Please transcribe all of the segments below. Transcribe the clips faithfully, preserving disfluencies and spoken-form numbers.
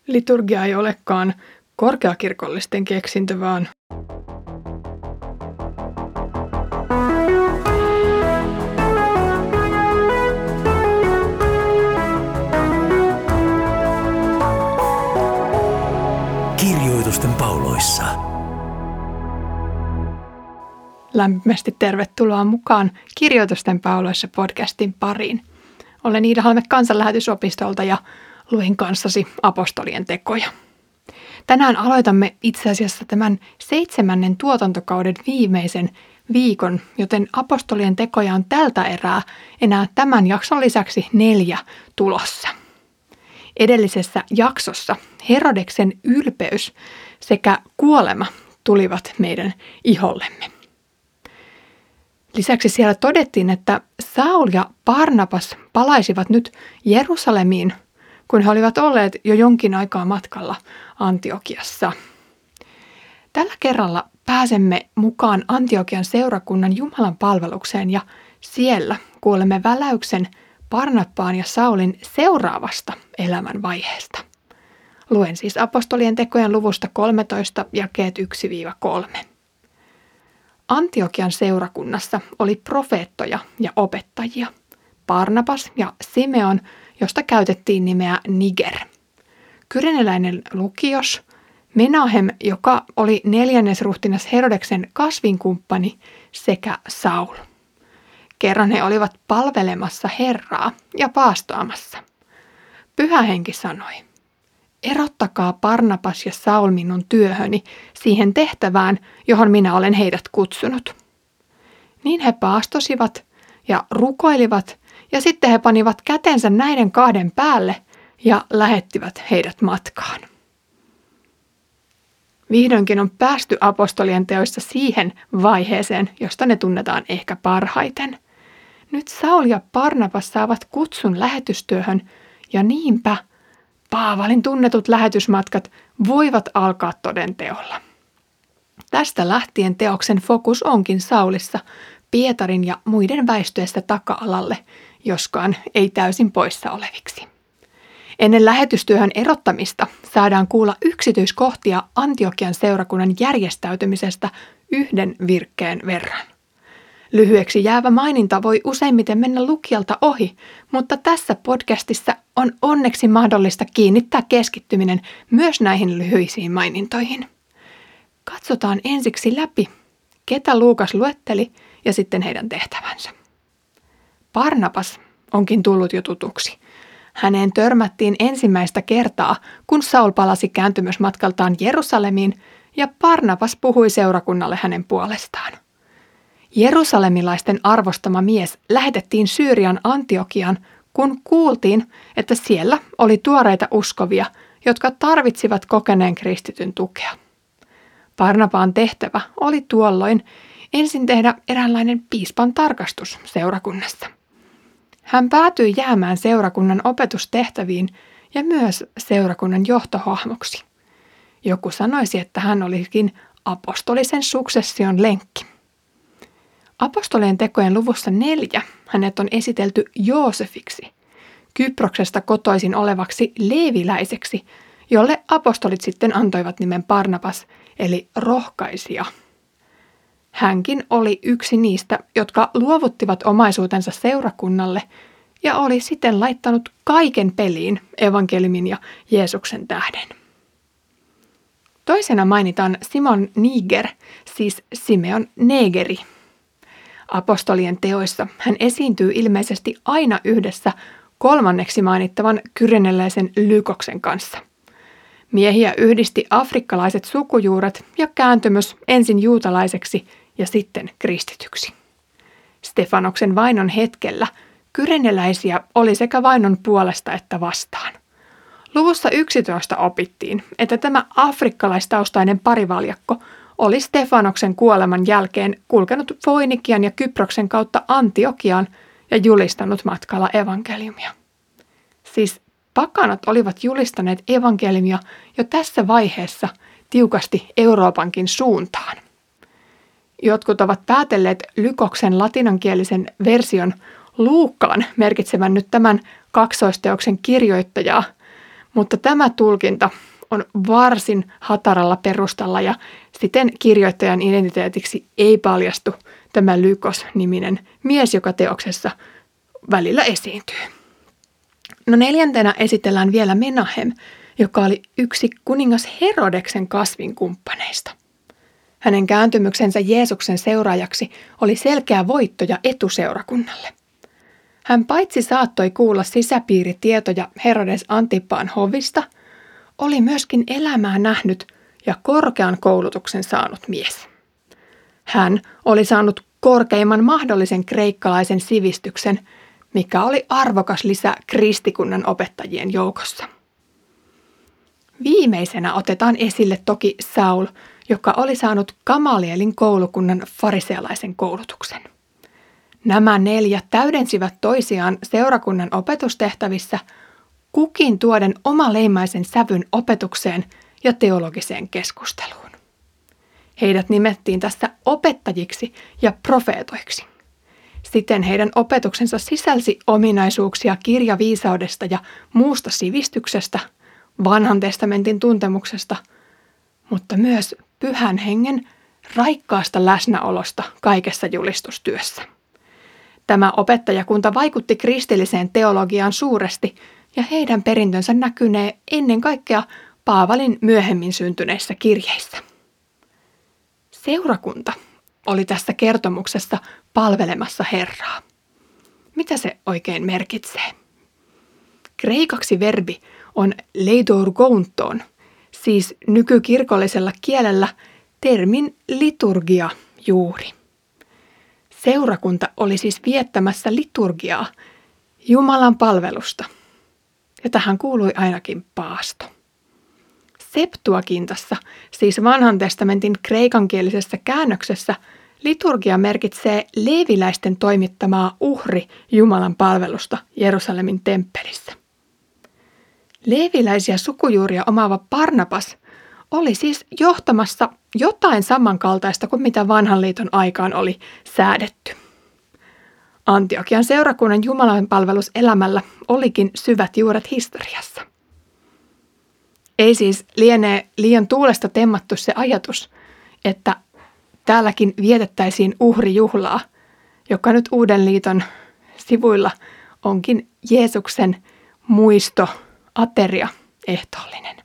Liturgia ei olekaan korkeakirkollisten keksintö, vaan Kirjoitusten pauloissa. Lämpimästi tervetuloa mukaan Kirjoitusten pauloissa podcastin pariin. Olen Iida Halme Kansanlähetysopistolta ja luen kanssasi apostolien tekoja. Tänään aloitamme itse asiassa tämän seitsemännen tuotantokauden viimeisen viikon, joten apostolien tekoja on tältä erää enää tämän jakson lisäksi neljä tulossa. Edellisessä jaksossa Herodeksen ylpeys sekä kuolema tulivat meidän ihollemme. Lisäksi siellä todettiin, että Saul ja Barnabas palaisivat nyt Jerusalemiin, kun he olivat olleet jo jonkin aikaa matkalla Antiokiassa. Tällä kerralla pääsemme mukaan Antiokian seurakunnan Jumalan palvelukseen ja siellä kuulemme väläyksen Barnabaan ja Saulin seuraavasta elämänvaiheesta. Luen siis apostolien tekojen luvusta kolmetoista jakeet yksi kolme. Antiokian seurakunnassa oli profeettoja ja opettajia, Barnabas ja Simeon, josta käytettiin nimeä Niger, kyreneläinen Lukios, Menahem, joka oli neljännesruhtinas Herodeksen kasvinkumppani, sekä Saul. Kerran he olivat palvelemassa Herraa ja paastoamassa. Pyhä Henki sanoi: erottakaa Barnabas ja Saul minun työhöni siihen tehtävään, johon minä olen heidät kutsunut. Niin he paastosivat ja rukoilivat, ja sitten he panivat kätensä näiden kahden päälle ja lähettivät heidät matkaan. Vihdoinkin on päästy apostolien teoissa siihen vaiheeseen, josta ne tunnetaan ehkä parhaiten. Nyt Saul ja Barnabas saavat kutsun lähetystyöhön, ja niinpä Paavalin tunnetut lähetysmatkat voivat alkaa toden teolla. Tästä lähtien teoksen fokus onkin Saulissa, Pietarin ja muiden väistyessä taka-alalle, joskaan ei täysin poissa oleviksi. Ennen lähetystyöhön erottamista saadaan kuulla yksityiskohtia Antiokian seurakunnan järjestäytymisestä yhden virkkeen verran. Lyhyeksi jäävä maininta voi useimmiten mennä lukijalta ohi, mutta tässä podcastissa on onneksi mahdollista kiinnittää keskittyminen myös näihin lyhyisiin mainintoihin. Katsotaan ensiksi läpi, ketä Luukas luetteli ja sitten heidän tehtävänsä. Barnabas onkin tullut jo tutuksi. Häneen törmättiin ensimmäistä kertaa, kun Saul palasi kääntymysmatkaltaan Jerusalemiin ja Barnabas puhui seurakunnalle hänen puolestaan. Jerusalemilaisten arvostama mies lähetettiin Syyrian Antiokiaan, kun kuultiin, että siellä oli tuoreita uskovia, jotka tarvitsivat kokeneen kristityn tukea. Barnabaan tehtävä oli tuolloin ensin tehdä eräänlainen piispan tarkastus seurakunnassa. Hän päätyi jäämään seurakunnan opetustehtäviin ja myös seurakunnan johtohahmoksi. Joku sanoisi, että hän olikin apostolisen suksession lenkki. Apostolien tekojen luvussa neljä hänet on esitelty Joosefiksi, Kyproksesta kotoisin olevaksi leeviläiseksi, jolle apostolit sitten antoivat nimen Barnabas, eli rohkaisija. Hänkin oli yksi niistä, jotka luovuttivat omaisuutensa seurakunnalle ja oli siten laittanut kaiken peliin evankeliumin ja Jeesuksen tähden. Toisena mainitaan Simon Niger, siis Simeon Negeri. Apostolien teoissa hän esiintyy ilmeisesti aina yhdessä kolmanneksi mainittavan kyreneläisen Lykoksen kanssa. Miehiä yhdisti afrikkalaiset sukujuuret ja kääntymys ensin juutalaiseksi ja sitten kristityksi. Stefanoksen vainon hetkellä kyreneläisiä oli sekä vainon puolesta että vastaan. Luvussa yksitoista opittiin, että tämä afrikkalaistaustainen parivaljakko oli Stefanoksen kuoleman jälkeen kulkenut Foinikian ja Kyproksen kautta Antiokiaan ja julistanut matkalla evankeliumia. Siis pakanat olivat julistaneet evankeliumia jo tässä vaiheessa tiukasti Euroopankin suuntaan. Jotkut ovat päätelleet Lykoksen latinankielisen version Luukkaan merkitsevän nyt tämän kaksoisteoksen kirjoittajaa, Mutta tämä tulkinta on varsin hataralla perustalla ja siten kirjoittajan identiteetiksi ei paljastu tämä Lykos-niminen mies, joka teoksessa välillä esiintyy. No neljäntenä esitellään vielä Menahem, joka oli yksi kuningas Herodeksen kasvinkumppaneista. Hänen kääntymyksensä Jeesuksen seuraajaksi oli selkeä voitto ja etu seurakunnalle. Hän paitsi saattoi kuulla sisäpiiritietoja Herodes Antipaan hovista, oli myöskin elämää nähnyt ja korkean koulutuksen saanut mies. Hän oli saanut korkeimman mahdollisen kreikkalaisen sivistyksen, mikä oli arvokas lisä kristikunnan opettajien joukossa. Viimeisenä otetaan esille toki Saul, joka oli saanut Gamalielin koulukunnan farisealaisen koulutuksen. Nämä neljä täydensivät toisiaan seurakunnan opetustehtävissä, kukin tuoden omaleimaisen sävyn opetukseen ja teologiseen keskusteluun. Heidät nimettiin tässä opettajiksi ja profeetoiksi. Siten heidän opetuksensa sisälsi ominaisuuksia kirjaviisaudesta ja muusta sivistyksestä, vanhan testamentin tuntemuksesta, mutta myös pyhän hengen raikkaasta läsnäolosta kaikessa julistustyössä. Tämä opettajakunta vaikutti kristilliseen teologiaan suuresti ja heidän perintönsä näkynee ennen kaikkea Paavalin myöhemmin syntyneissä kirjeissä. Seurakunta oli tässä kertomuksessa palvelemassa Herraa. Mitä se oikein merkitsee? Kreikaksi verbi on leidorgounton, siis nykykirkollisella kielellä termin liturgia juuri. Seurakunta oli siis viettämässä liturgiaa, Jumalan palvelusta, ja tähän kuului ainakin paasto. Septuagintassa, siis vanhan testamentin kreikankielisessä käännöksessä, liturgia merkitsee leeviläisten toimittamaa uhri Jumalan palvelusta Jerusalemin temppelissä. Leeviläisiä sukujuuria omaava Barnabas oli siis johtamassa jotain samankaltaista kuin mitä vanhan liiton aikaan oli säädetty. Antiokian seurakunnan jumalanpalveluselämällä olikin syvät juuret historiassa. Ei siis lienee liian tuulesta temmattu se ajatus, että täälläkin vietettäisiin uhrijuhlaa, joka nyt Uuden liiton sivuilla onkin Jeesuksen muisto, ateria, ehtoollinen.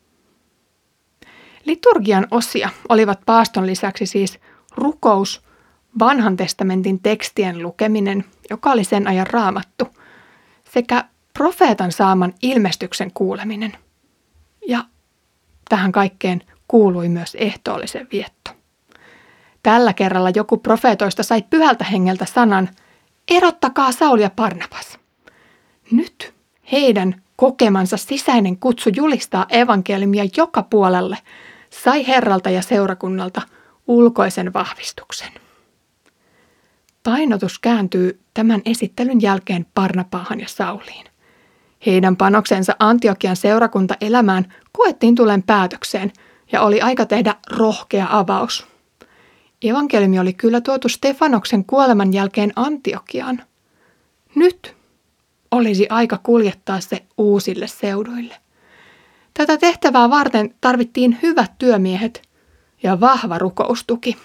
Liturgian osia olivat paaston lisäksi siis rukous, vanhan testamentin tekstien lukeminen, joka oli sen ajan raamattu, sekä profeetan saaman ilmestyksen kuuleminen. Ja tähän kaikkeen kuului myös ehtoollisen vietto. Tällä kerralla joku profeetoista sai pyhältä hengeltä sanan, erottakaa Saul ja Barnabas. Nyt heidän kokemansa sisäinen kutsu julistaa evankeliumia joka puolelle sai Herralta ja seurakunnalta ulkoisen vahvistuksen. Painotus kääntyy tämän esittelyn jälkeen Barnabaahan ja Sauliin. Heidän panoksensa Antiokian seurakuntaelämään koettiin tulen päätökseen ja oli aika tehdä rohkea avaus. Evankeliumi oli kyllä tuotu Stefanoksen kuoleman jälkeen Antiokiaan. Nyt olisi aika kuljettaa se uusille seuduille. Tätä tehtävää varten tarvittiin hyvät työmiehet ja vahva rukoustuki.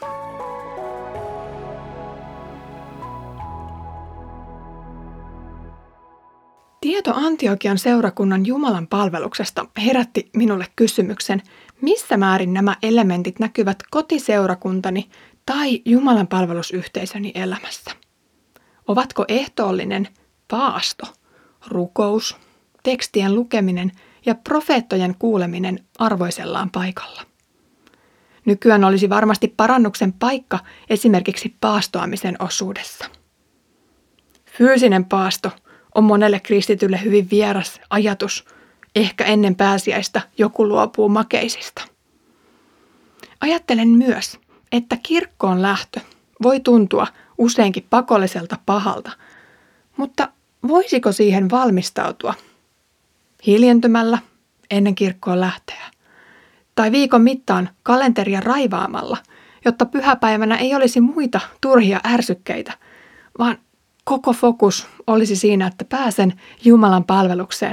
Tieto Antiokian seurakunnan Jumalan palveluksesta herätti minulle kysymyksen, missä määrin nämä elementit näkyvät kotiseurakuntani tai Jumalan palvelusyhteisöni elämässä. Ovatko ehtoollinen, paasto, rukous, tekstien lukeminen ja profeettojen kuuleminen arvoisellaan paikalla? Nykyään olisi varmasti parannuksen paikka esimerkiksi paastoamisen osuudessa. Fyysinen paasto on monelle kristitylle hyvin vieras ajatus. Ehkä ennen pääsiäistä joku luopuu makeisista. Ajattelen myös, että kirkkoon lähtö voi tuntua useinkin pakolliselta pahalta, mutta voisiko siihen valmistautua hiljentymällä ennen kirkkoon lähteä tai viikon mittaan kalenteria raivaamalla, jotta pyhäpäivänä ei olisi muita turhia ärsykkeitä, vaan koko fokus olisi siinä, että pääsen Jumalan palvelukseen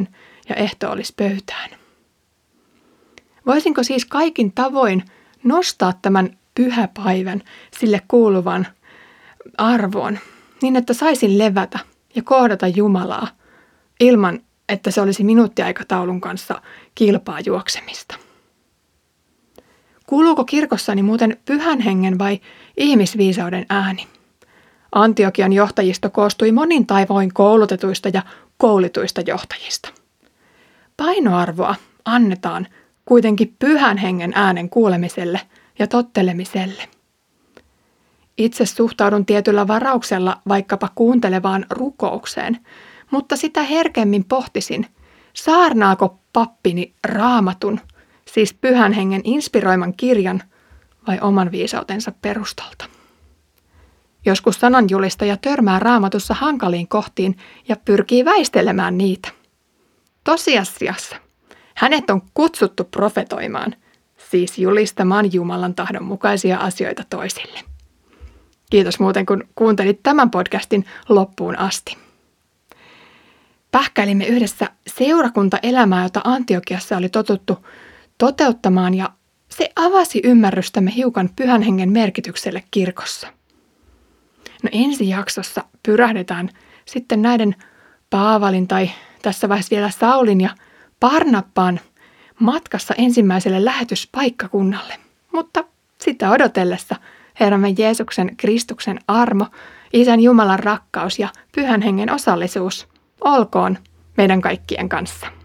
ja ehtoollispöytään. Voisinko siis kaikin tavoin nostaa tämän pyhäpäivän sille kuuluvan arvoon, niin että saisin levätä ja kohdata Jumalaa ilman, että se olisi minuuttiaikataulun kanssa kilpaa juoksemista? Kuuluuko kirkossani muuten pyhän hengen vai ihmisviisauden ääni? Antiokian johtajisto koostui monin tavoin koulutetuista ja koulituista johtajista. Painoarvoa annetaan kuitenkin pyhän hengen äänen kuulemiselle ja tottelemiselle. Itse suhtaudun tietyllä varauksella vaikkapa kuuntelevaan rukoukseen, mutta sitä herkemmin pohtisin, saarnaako pappini Raamatun, siis pyhän hengen inspiroiman kirjan, vai oman viisautensa perustalta. Joskus sananjulistaja törmää Raamatussa hankaliin kohtiin ja pyrkii väistelemään niitä. Tosiasiassa hänet on kutsuttu profetoimaan, siis julistamaan Jumalan tahdon mukaisia asioita toisille. Kiitos muuten, kun kuuntelit tämän podcastin loppuun asti. Pähkäilimme yhdessä seurakuntaelämää, jota Antiokiassa oli totuttu toteuttamaan, ja se avasi ymmärrystämme hiukan pyhän hengen merkitykselle kirkossa. No ensi jaksossa pyrähdetään sitten näiden Paavalin tai tässä vaiheessa vielä Saulin ja Barnabbaan matkassa ensimmäiselle lähetyspaikkakunnalle. Mutta sitä odotellessa Herramme Jeesuksen Kristuksen armo, Isän Jumalan rakkaus ja pyhän hengen osallisuus olkoon meidän kaikkien kanssa.